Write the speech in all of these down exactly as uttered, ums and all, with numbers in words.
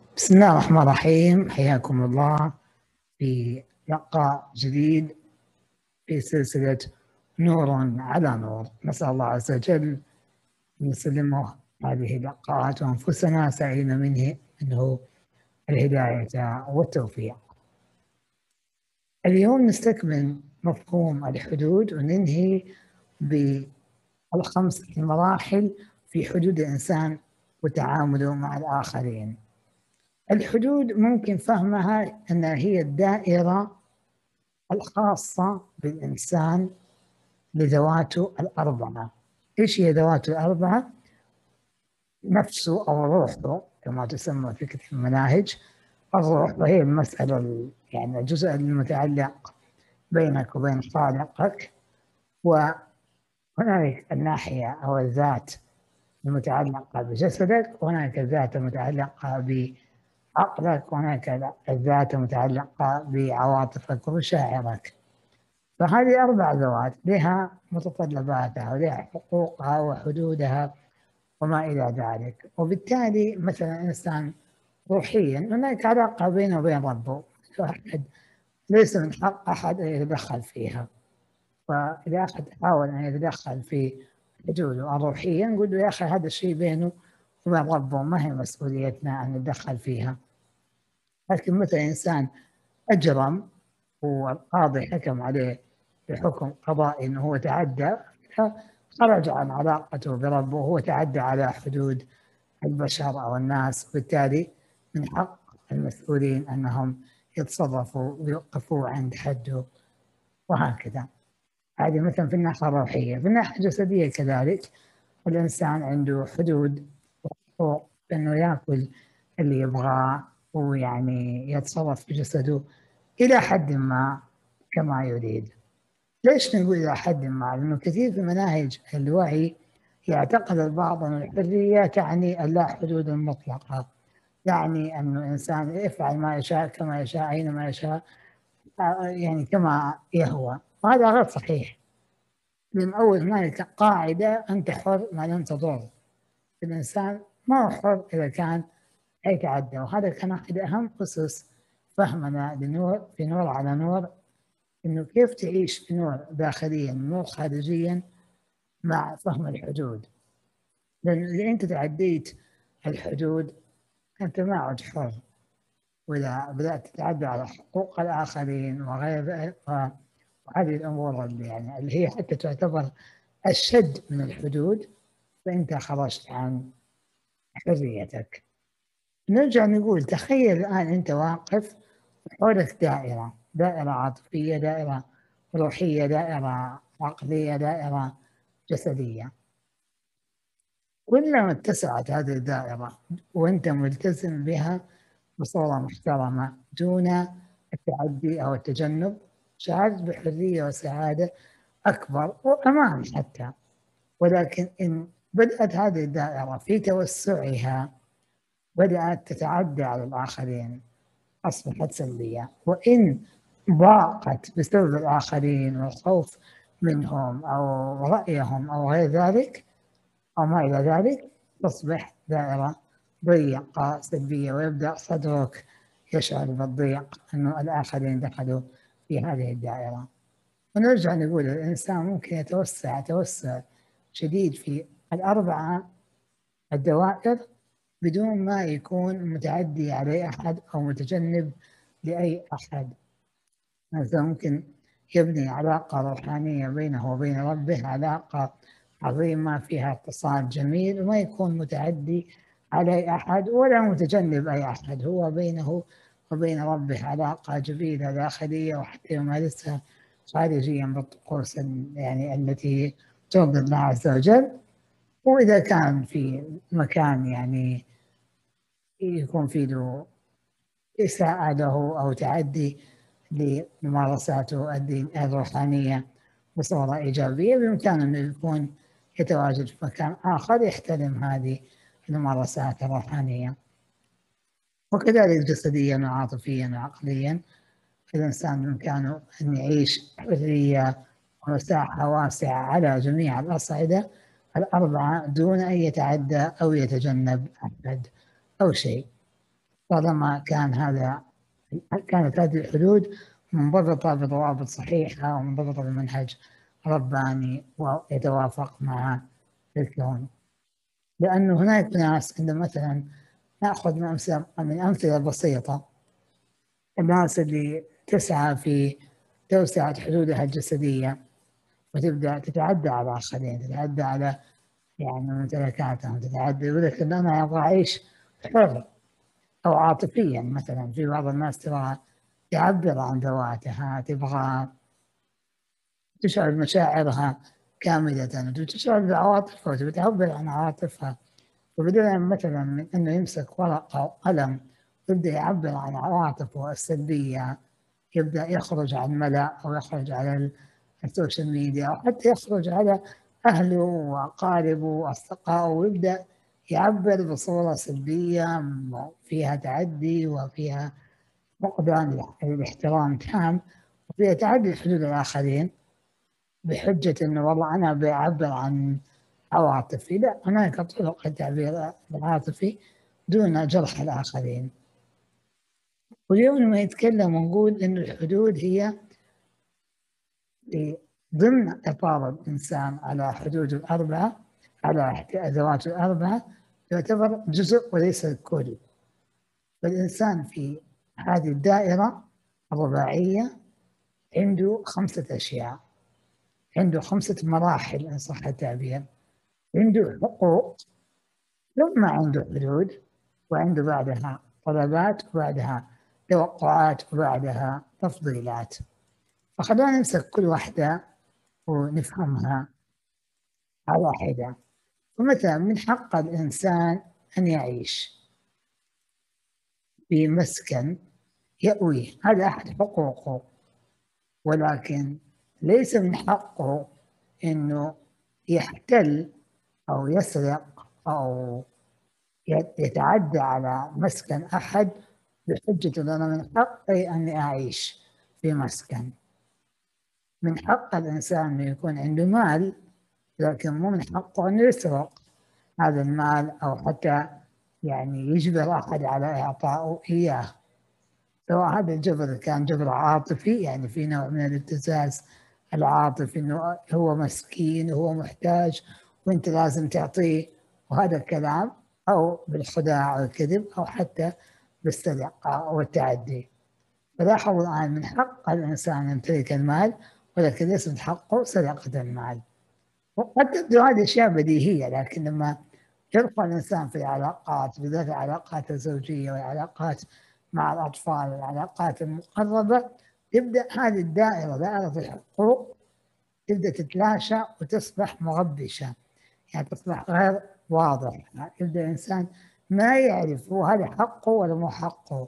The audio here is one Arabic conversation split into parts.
بسم الله الرحمن الرحيم. حياكم الله في لقاء جديد في سلسلة نور على نور. نسأل الله عز وجل أن يسلمه هذه اللقاءات وأنفسنا سعينا منه منه الهداية والتوفيق. اليوم نستكمل مفهوم الحدود وننهي بالخمس مراحل في حدود الإنسان وتعامله مع الآخرين. الحدود ممكن فهمها أنها هي الدائرة الخاصة بالإنسان لذواته الأربعة. إيش هي ذواته الأربعة؟ نفسه أو روحه كما تسمى في كتب المناهج. الروح وهي المسألة يعني الجزء المتعلق بينك وبين خالقك، وهناك الناحية أو الذات المتعلقة بجسدك، وهناك الذات المتعلقة بعقلك، وهناك الذات المتعلقة بعواطفك ومشاعرك. فهذه أربع ذوات لها متطلباتها ولها حقوقها وحدودها وما إلى ذلك. وبالتالي مثلا إنسان روحيا هناك علاقة بينه وبين ربه، فأحد ليس من حق أحد أن يتدخل فيها. فإذا أحد حاول أن يتدخل في حدوده الروحية نقول له يا أخي هذا الشيء بينه وبين ربه، ما هي مسؤوليتنا أن نتدخل فيها. لكن مثلا إنسان أجرم والقاضي حكم عليه بحكم قضائي أنه هو تعدى، خرج عن علاقته بربه وهو تعدى على حدود البشر أو الناس، وبالتالي من حق المسؤولين أنهم يتصرفوا ويوقفوا عند حده وهكذا. هذه مثلا في الناحية الروحية. في الناحية الجسدية كذلك الإنسان عنده حدود وحقوق، أنه يأكل اللي يبغاه ويعني يتصرف في جسده إلى حد ما كما يريد. ليش نقول إلى حد ما؟ لأنه كثير في مناهج الوعي يعتقد البعض أن الحرية تعني اللا حدود المطلقة، يعني أنه إنسان يفعل ما يشاء كما يشاء أينما يشاء، يعني كما يهوى. وهذا غير صحيح. من أول هنالك قاعدة أنت حر ما لم تضر. الإنسان ما هو حر إذا كان يتعدى، وهذا كان أحد أهم أسس فهمنا لنور في نور على نور، إنه كيف تعيش في نور داخليا نور خارجيا مع فهم الحدود. لأن إذا أنت تعديت الحدود أنت ما عد حر، وإذا بدأت تتعدى على حقوق الآخرين وغير وهذه الأمور اللي يعني اللي هي حتى تعتبر الشد من الحدود، فأنت خرجت عن حريتك. نرجع نقول تخيل الآن أنت واقف وحولك دائرة دائرة عاطفية، دائرة روحية، دائرة عقلية، دائرة جسدية. كلما اتسعت هذه الدائرة وأنت ملتزم بها بصورة محترمة دون التعدي أو التجنب، شعرت بحرية وسعادة أكبر وأمان حتى. ولكن إن بدأت هذه الدائرة في توسعها بدأت تتعدى على الآخرين أصبحت سلبية، وإن ضاقت بسبب الآخرين والخوف منهم أو رأيهم أو غير ذلك أو ما إلى ذلك تصبح دائرة ضيقة سلبية، ويبدأ صدرك يشعر بالضيق أنه الآخرين دخلوا في هذه الدائرة. ونرجع نقول الإنسان ممكن يتوسع توسع شديد في الأربعة الدوائر بدون ما يكون متعدي على أحد أو متجنب لأي أحد. مثلا ممكن يبني علاقة روحانية بينه وبين ربه، علاقة عظيمة فيها اتصال جميل، وما يكون متعدي على أحد ولا متجنب أي أحد. هو بينه وبين ربه علاقة جميلة داخلية، وحتى يمارسها خارجيا بالطقوس يعني التي ترضي الله عز وجل. وإذا كان في مكان يعني يكون فيه له إساءة له أو تعدي لممارساته الروحانية بصورة إيجابية، بإمكانه أنه يكون يتواجد في مكان آخر يحترم هذه الممارسات الروحانية. وكذلك جسديا وعاطفيا وعقليا الإنسان بإمكانه أن يعيش حرية ومساحة واسعة على جميع الأصعدة الأربعة دون أن يتعدى أو يتجنب أحد أو شيء. طالما كان هذا كانت هذه الحدود منضبطة بضوابط صحيحة ومنضبطة بمنهج رباني ويتوافق مع الكون. لأنه هناك ناس عندما مثلا نأخذ من أمثلة من أمثلة بسيطة، الناس اللي تسعى في توسعة حدودها الجسدية وتبدأ تتعدى على الآخرين، تتعدى على يعني ممتلكاتهم، تتعدى، يقول لك إن أنا أبغى أعيش حر أو عاطفيا. مثلا في بعض الناس تبغى تعبر عن ذواتها، تبغى تشعر مشاعرها كاملة وتشعر بعواطفها وتعبر عن عواطفها، وبدلا مثلا من أنه يمسك ورقة أو قلم ويبدأ يعبر عن عواطفه السلبية، يبدأ يخرج على الملأ أو يخرج على السوشيال ميديا أو حتى يخرج على أهله وأقاربه وأصدقائه ويبدأ يعبر بصورة سلبية فيها تعدي وفيها فقدان الاحترام تام وفيها تعدي حدود الآخرين بحجة أنه والله أنا بعبر عن عواطفي. لا، هناك طرق للتعبير العاطفي دون جرح الآخرين. واليوم لما نتكلم ونقول أن الحدود هي ضمن إطار الإنسان على حدود الأربعة، على ذواته الأربعة، يعتبر جزء وليس الكل. فالإنسان في هذه الدائرة الرباعية عنده خمسة أشياء، عنده خمسة مراحل إن صح التعبير. عنده حقوق، ثم عنده حدود، وعنده بعدها طلبات، وبعدها توقعات، وبعدها تفضيلات. فخلونا نمسك كل واحدة ونفهمها على حدة. فمثلا من حق الإنسان أن يعيش في مسكن يأويه، هذا أحد حقوقه، ولكن ليس من حقه أنه يحتل أو يسرق أو يتعدى على مسكن أحد بحجة أن أنا من حقي أني أعيش في مسكن. من حق الإنسان أن يكون عنده مال، لكن مو من حقه أن يسرق هذا المال أو حتى يعني يجبر أحد على إعطائه إياه، سواء هذا الجبر كان جبر عاطفي، يعني في نوع من الابتزاز العاطفي أنه هو مسكين وهو محتاج وأنت لازم تعطيه وهذا الكلام، أو بالخداع أو الكذب، أو حتى بالسرقة والتعدي. فلاحظوا الآن من حق الإنسان أن يمتلك المال، ولكن ليس من حقه سرقة المال. وقد تبدو هذه أشياء بديهية، لكن لما يدخل الإنسان في العلاقات، بالذات العلاقات الزوجية والعلاقات مع الأطفال والعلاقات المقربة، تبدأ هذه الدائرة، دائرة الحقوق، تبدأ تتلاشى وتصبح مغبشة، يعني تصبح غير واضح. يبدأ الإنسان ما يعرف هو هذا حقه ولا مو حقه.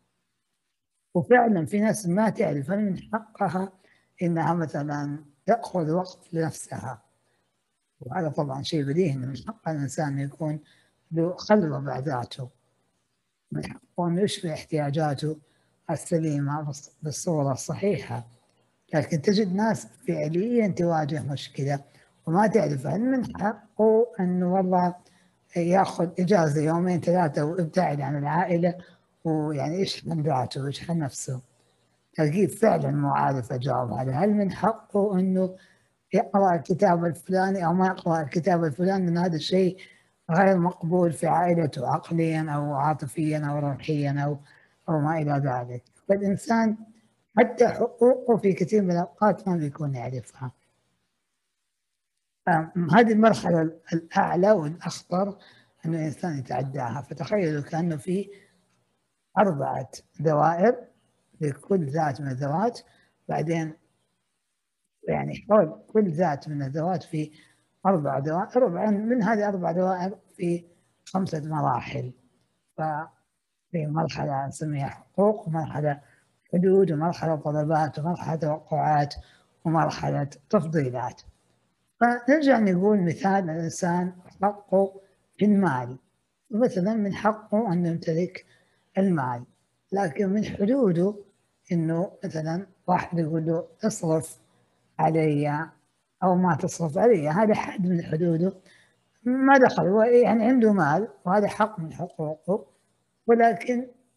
وفعلا في ناس ما تعرف هل من حقها إنها مثلا تأخذ وقت لنفسها، وهذا طبعا شيء بديهي، من حق الإنسان يكون له خلوة مع ذاته، من حقه أن يشبع احتياجاته السليمة بالصورة الصحيحة. لكن تجد ناس فعليا تواجه مشكلة وما تعرف هل من حقه أنه والله ياخذ إجازة يومين ثلاثة ويبتعد عن العائلة ويعني يشحن ذاته ويشحن نفسه. تلقيه فعلا مو عارف أجاوب على هل من حقه أنه يقرأ الكتاب الفلاني أو ما يقرأ الكتاب الفلاني، لأن هذا الشيء غير مقبول في عائلته عقليا أو عاطفيا أو روحيا أو أو ما إلى ذلك. فالإنسان حتى حقوقه في كثير من الأوقات ما بيكون يعرفها. هذه المرحلة الأعلى والأخطر أن الإنسان يتعداها. فتخيلوا كأنه في أربعة دوائر لكل ذات من الذوات، بعدين يعني حول كل ذات من الذوات في أربع دوائر، من هذه أربع دوائر في خمسة مراحل. ففي مرحلة نسميها حقوق، ومرحلة حدود، ومرحلة طلبات، ومرحلة توقعات، ومرحلة تفضيلات. فنرجع نقول مثال الإنسان حقه في المال، مثلا من حقه أن يمتلك المال، لكن من حدوده إنه مثلا واحد يقول له اصرف علي أو ما تصرف علي، هذا حد من حدوده ما دخل، هو يعني عنده مال وهذا حق من حقوقه، ولكن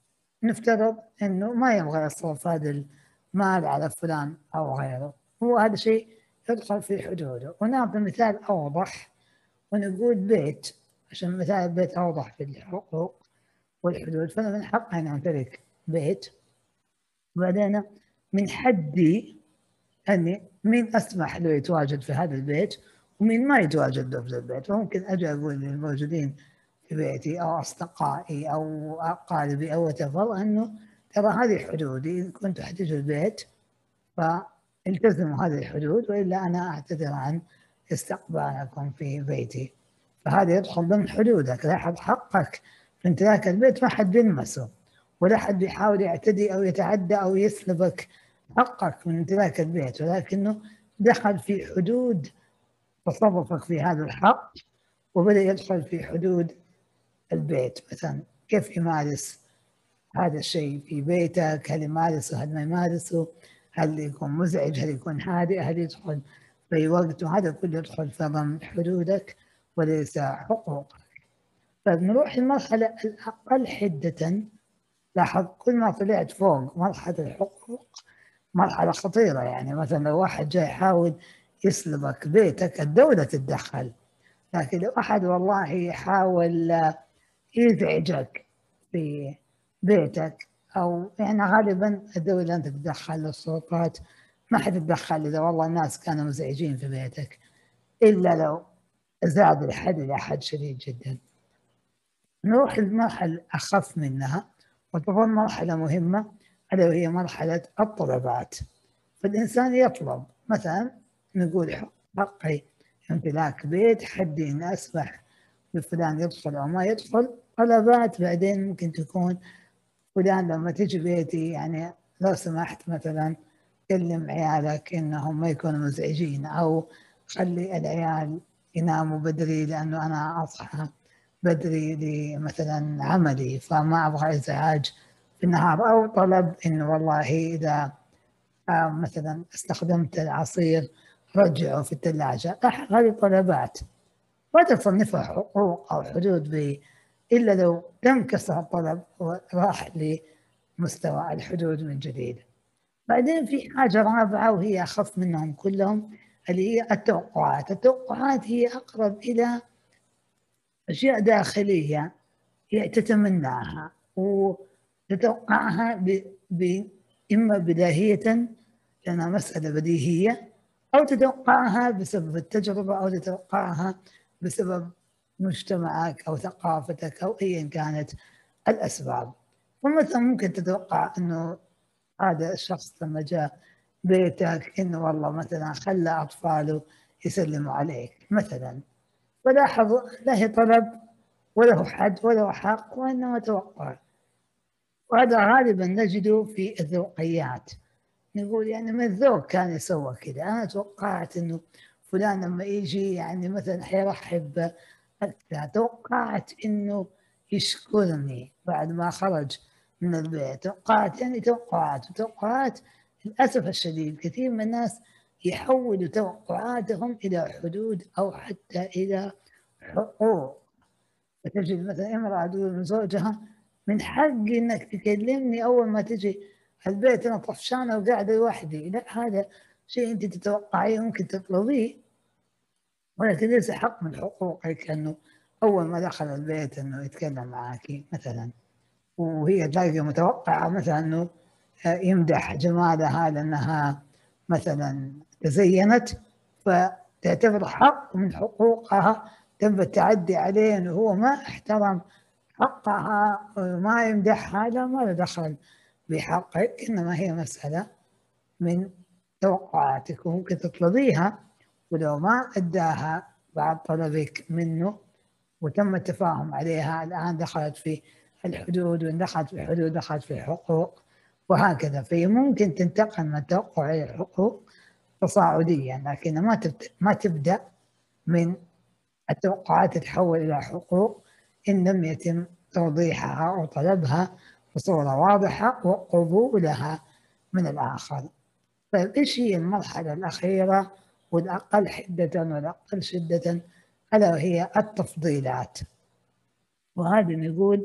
نفترض انه ما يبغى يصرف هذا المال على فلان او غيره، هو هذا شيء يدخل في حدوده. ونعطي مثال اوضح ونقول بيت، عشان مثال البيت اوضح في الحقوق والحدود. فانا من حقي ان امتلك بيت، وبعدين من حدي اني مين اسمح له يتواجد في هذا البيت ومين ما يتواجد له في البيت. وممكن اجي اقول للموجودين في بيتي او اصدقائي او اقاربي او whatever انه ترى هذه حدودي، ان كنتوا حتجوا البيت فالتزموا هذه الحدود، والا انا اعتذر عن استقبالكم في بيتي. فهذا يدخل ضمن حدودك. لاحظ حقك في امتلاك البيت ما حد بيلمسه، ولا حد بيحاول يعتدي او يتعدى او يسلبك حقك من امتلاك البيت، ولكنه دخل في حدود تصرفك في هذا الحق وبدأ يدخل في حدود البيت. مثلا كيف يمارس هذا الشيء في بيتك، هل يمارسه هل ما يمارسه، هل يكون مزعج هل يكون هادئ، هل يدخل في وقت، وهذا كله يدخل في ضمن حدودك وليس حقوقك. طيب نروح للمرحلة الأقل حدة. لاحظ كل ما طلعت فوق مرحلة الحقوق مرحلة خطيرة. يعني مثلا لو واحد جاي يحاول يسلبك بيتك الدولة تتدخل، لكن لو أحد والله يحاول يزعجك في بيتك أو يعني غالبا الدولة أنت تتدخل، السلطات ما حتتدخل إذا والله الناس كانوا مزعجين في بيتك، إلا لو زاد الحد إلى حد شديد جدا. نروح للمرحلة الأخف منها وتظل مرحلة مهمة، ألا وهي مرحلة الطلبات. فالإنسان يطلب، مثلا نقول حقي امتلاك بيت، حدي إن أسمح بفلان يدخل أو ما يدخل. طلبات بعدين ممكن تكون فلان لما تجي بيتي يعني لو سمحت مثلا كلم عيالك إنهم ما يكونوا مزعجين، أو خلي العيال يناموا بدري لأنه أنا أصحى بدري لمثلا عملي فما أبغى إزعاج في النهار. أو طلب إنه والله إذا آه مثلا استخدمت العصير رجعه في الثلاجة. هذه طلبات ما تصنفها حقوق أو حدود ب إلا لو تم كسر الطلب وراح لمستوى الحدود من جديد. بعدين في حاجة رابعة وهي أخف منهم كلهم، اللي هي التوقعات. التوقعات هي أقرب إلى أشياء داخلية تتمناها وتتوقعها ب... ب... إما بداهية لأنها مسألة بديهية، أو تتوقعها بسبب التجربة، أو تتوقعها بسبب مجتمعك أو ثقافتك أو أيا كانت الأسباب. فمثلا ممكن تتوقع أنه هذا الشخص لما جاء بيتك إنه والله مثلا خلى أطفاله يسلموا عليك مثلا، ولاحظ له طلب وله حد وله حق وإنما توقع. وهذا غالبا نجده في الذوقيات. نقول يعني من الذوق كان يسوى كذا، أنا توقعت إنه فلان لما يجي يعني مثلا حيرحب أكثر، توقعت إنه يشكرني بعد ما خرج من البيت، توقعت يعني توقعات وتوقعات. للأسف الشديد كثير من الناس يحولوا توقعاتهم إلى حدود أو حتى إلى حقوق. فتجد مثلا امرأة تقول لزوجها من حقي إنك تكلمني أول ما تجي البيت، أنا طفشانة وقاعدة لوحدي. لا، هذا شيء أنت تتوقعيه ممكن تطلبيه، ولكن ليس حق من حقوقك أنه أول ما دخل البيت أنه يتكلم معك مثلا. وهي تلاقي متوقعة مثلا أنه يمدح جمالها لأنها مثلا تزينت، فتعتبر حق من حقوقها تم التعدي عليه أنه هو ما احترم حقها وما يمدحها. لا، ما له دخل بحقك، إنما هي مسألة من توقعاتك وممكن تطلبيها، ولو ما أداها بعد طلبك منه وتم التفاهم عليها الآن دخلت في الحدود، وإن دخلت في الحدود دخلت في الحقوق وهكذا. فهي ممكن تنتقل من التوقع إلى الحقوق تصاعديا، لكن ما تبدأ ما تبدأ من التوقعات تتحول إلى حقوق إن لم يتم توضيحها أو طلبها بصورة واضحة وقبولها من الآخر. طيب إيش هي المرحلة الأخيرة والأقل حدة والأقل شدة؟ ألا وهي التفضيلات. وهذا نقول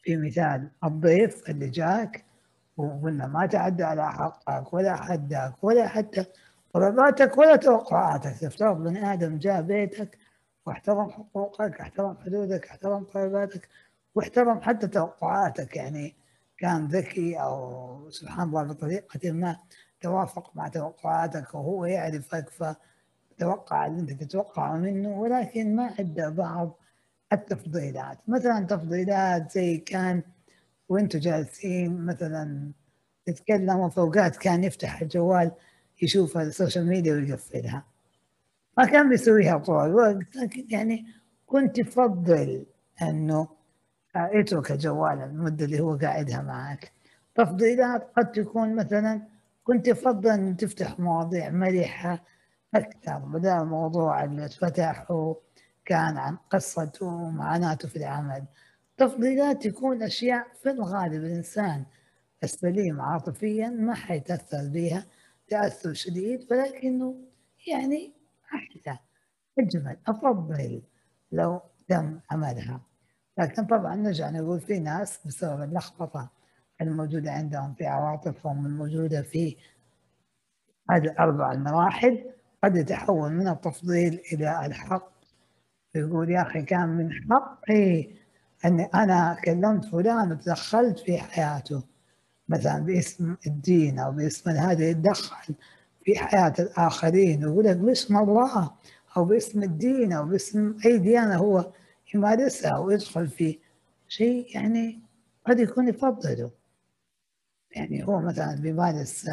في مثال الضيف اللي جاك وقلنا ما تعدى على حقك ولا حدك ولا حتى طلباتك ولا توقعاتك. تفترض بني آدم جاء بيتك واحترم حقوقك، احترم حدودك، احترم طلباتك، واحترم حتى توقعاتك، يعني كان ذكي أو سبحان الله بطريقة ما توافق مع توقعاتك وهو يعرفك فتوقع اللي أنت تتوقعه منه، ولكن ما أدى بعض التفضيلات. مثلا تفضيلات زي كان وانتم جالسين مثلا تتكلموا فوقات كان يفتح الجوال يشوف السوشيال ميديا ويقفلها، ما كان بيسويها طول الوقت، لكن يعني كنت تفضل انه يترك الجوال المدة اللي هو قاعدها معك. تفضيلات قد تكون مثلا كنت تفضل ان تفتح مواضيع مرحة اكثر بدل الموضوع اللي اتفتح كان عن قصته ومعاناته في العمل. تفضيلات تكون أشياء في الغالب الإنسان السليم عاطفيا ما حيتأثر بها تأثر شديد، ولكنه يعني أحلى أجمل أفضل لو تم عملها. لكن طبعا نرجع نقول في ناس بسبب اللخبطة الموجودة عندهم في عواطفهم الموجودة في هذه الأربع المراحل قد يتحول من التفضيل إلى الحق، يقول يا أخي كان من حقي أني أنا كلمت فلان وتدخلت في حياته مثلا باسم الدين أو باسم هذا، يتدخل في حياة الآخرين ويقول لك باسم الله أو باسم الدين أو باسم أي ديانة هو يمارسها ويدخل في شيء يعني قد يكون يفضله. يعني هو مثلا بيمارس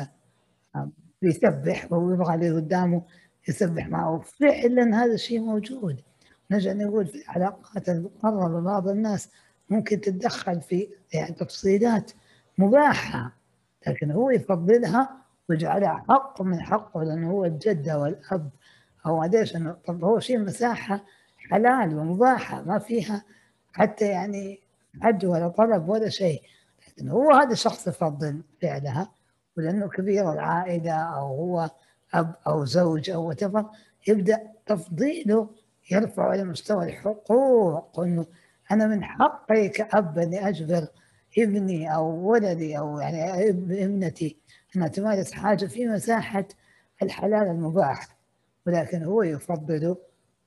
بيسبح ويبغى اللي قدامه يسبح معه، فعلا هذا الشيء موجود. نرجع نقول في العلاقات المقربة بعض الناس ممكن تتدخل في يعني تفصيلات مباحة، لكن هو يفضلها ويجعلها حق من حقه لأنه هو الجد والأب أو قديش إنه طب هو شيء مساحة حلال ومباحة ما فيها حتى يعني حد ولا طلب ولا شيء، لكن هو هذا الشخص يفضل فعلها ولأنه كبير العائلة أو هو أب أو زوج أو whatever يبدأ تفضيله يرفع إلى مستوى الحقوق، إنه أنا من حقي كأب إني أجبر ابني أو ولدي أو يعني ابنتي أنها تمارس حاجة في مساحة الحلال المباح، ولكن هو يفضله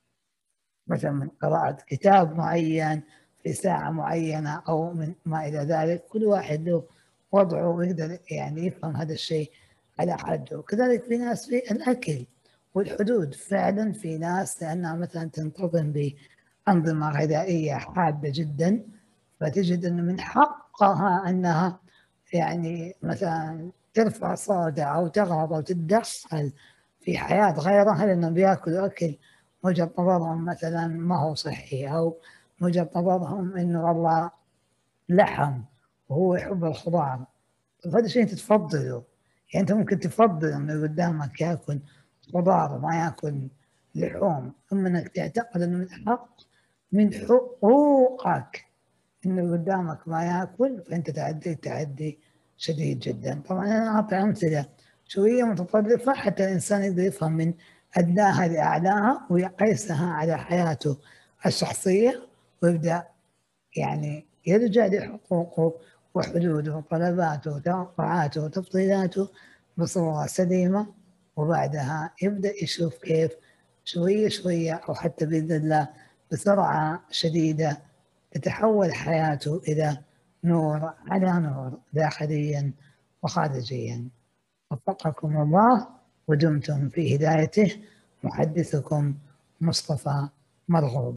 مثلا من قراءة كتاب معين في ساعة معينة أو من ما إلى ذلك. كل واحد له وضعه ويقدر يعني يفهم هذا الشيء على حده. وكذلك في ناس في الأكل والحدود، فعلا في ناس لأنها مثلا تنتظم بأنظمة غذائية حادة جدا فتجد أنه من حقها أنها يعني مثلا ترفع صوتها أو تغضب أو تتدخل في حياة غيرها لأنهم بياكلوا أكل وجهة نظرهم مثلا ما هو صحي أو وجهة نظرهم إنه والله لحم وهو يحب الخضار، فهذا الشيء أنت تفضله. يعني أنت ممكن تفضل إنه قدامك ياكل خضار وما ياكل لحوم، أما إنك تعتقد إنه من حق من حقوقك إنه قدامك ما ياكل فأنت تعدي تعدي شديد جدا. طبعا أنا أعطي أمثلة شوية متطرفة حتى الإنسان يقدر يفهم من أدناها لأعلاها ويقيسها على حياته الشخصية ويبدأ يعني يرجع لحقوقه وحدوده وطلباته وتوقعاته وتفضيلاته بصورة سليمة، وبعدها يبدأ يشوف كيف شوية شوية أو حتى بإذن الله بسرعة شديدة تتحول حياته إلى نور على نور داخليا وخارجيا. وفقكم الله ودمتم في هدايته. محدثكم مصطفى مرغوب.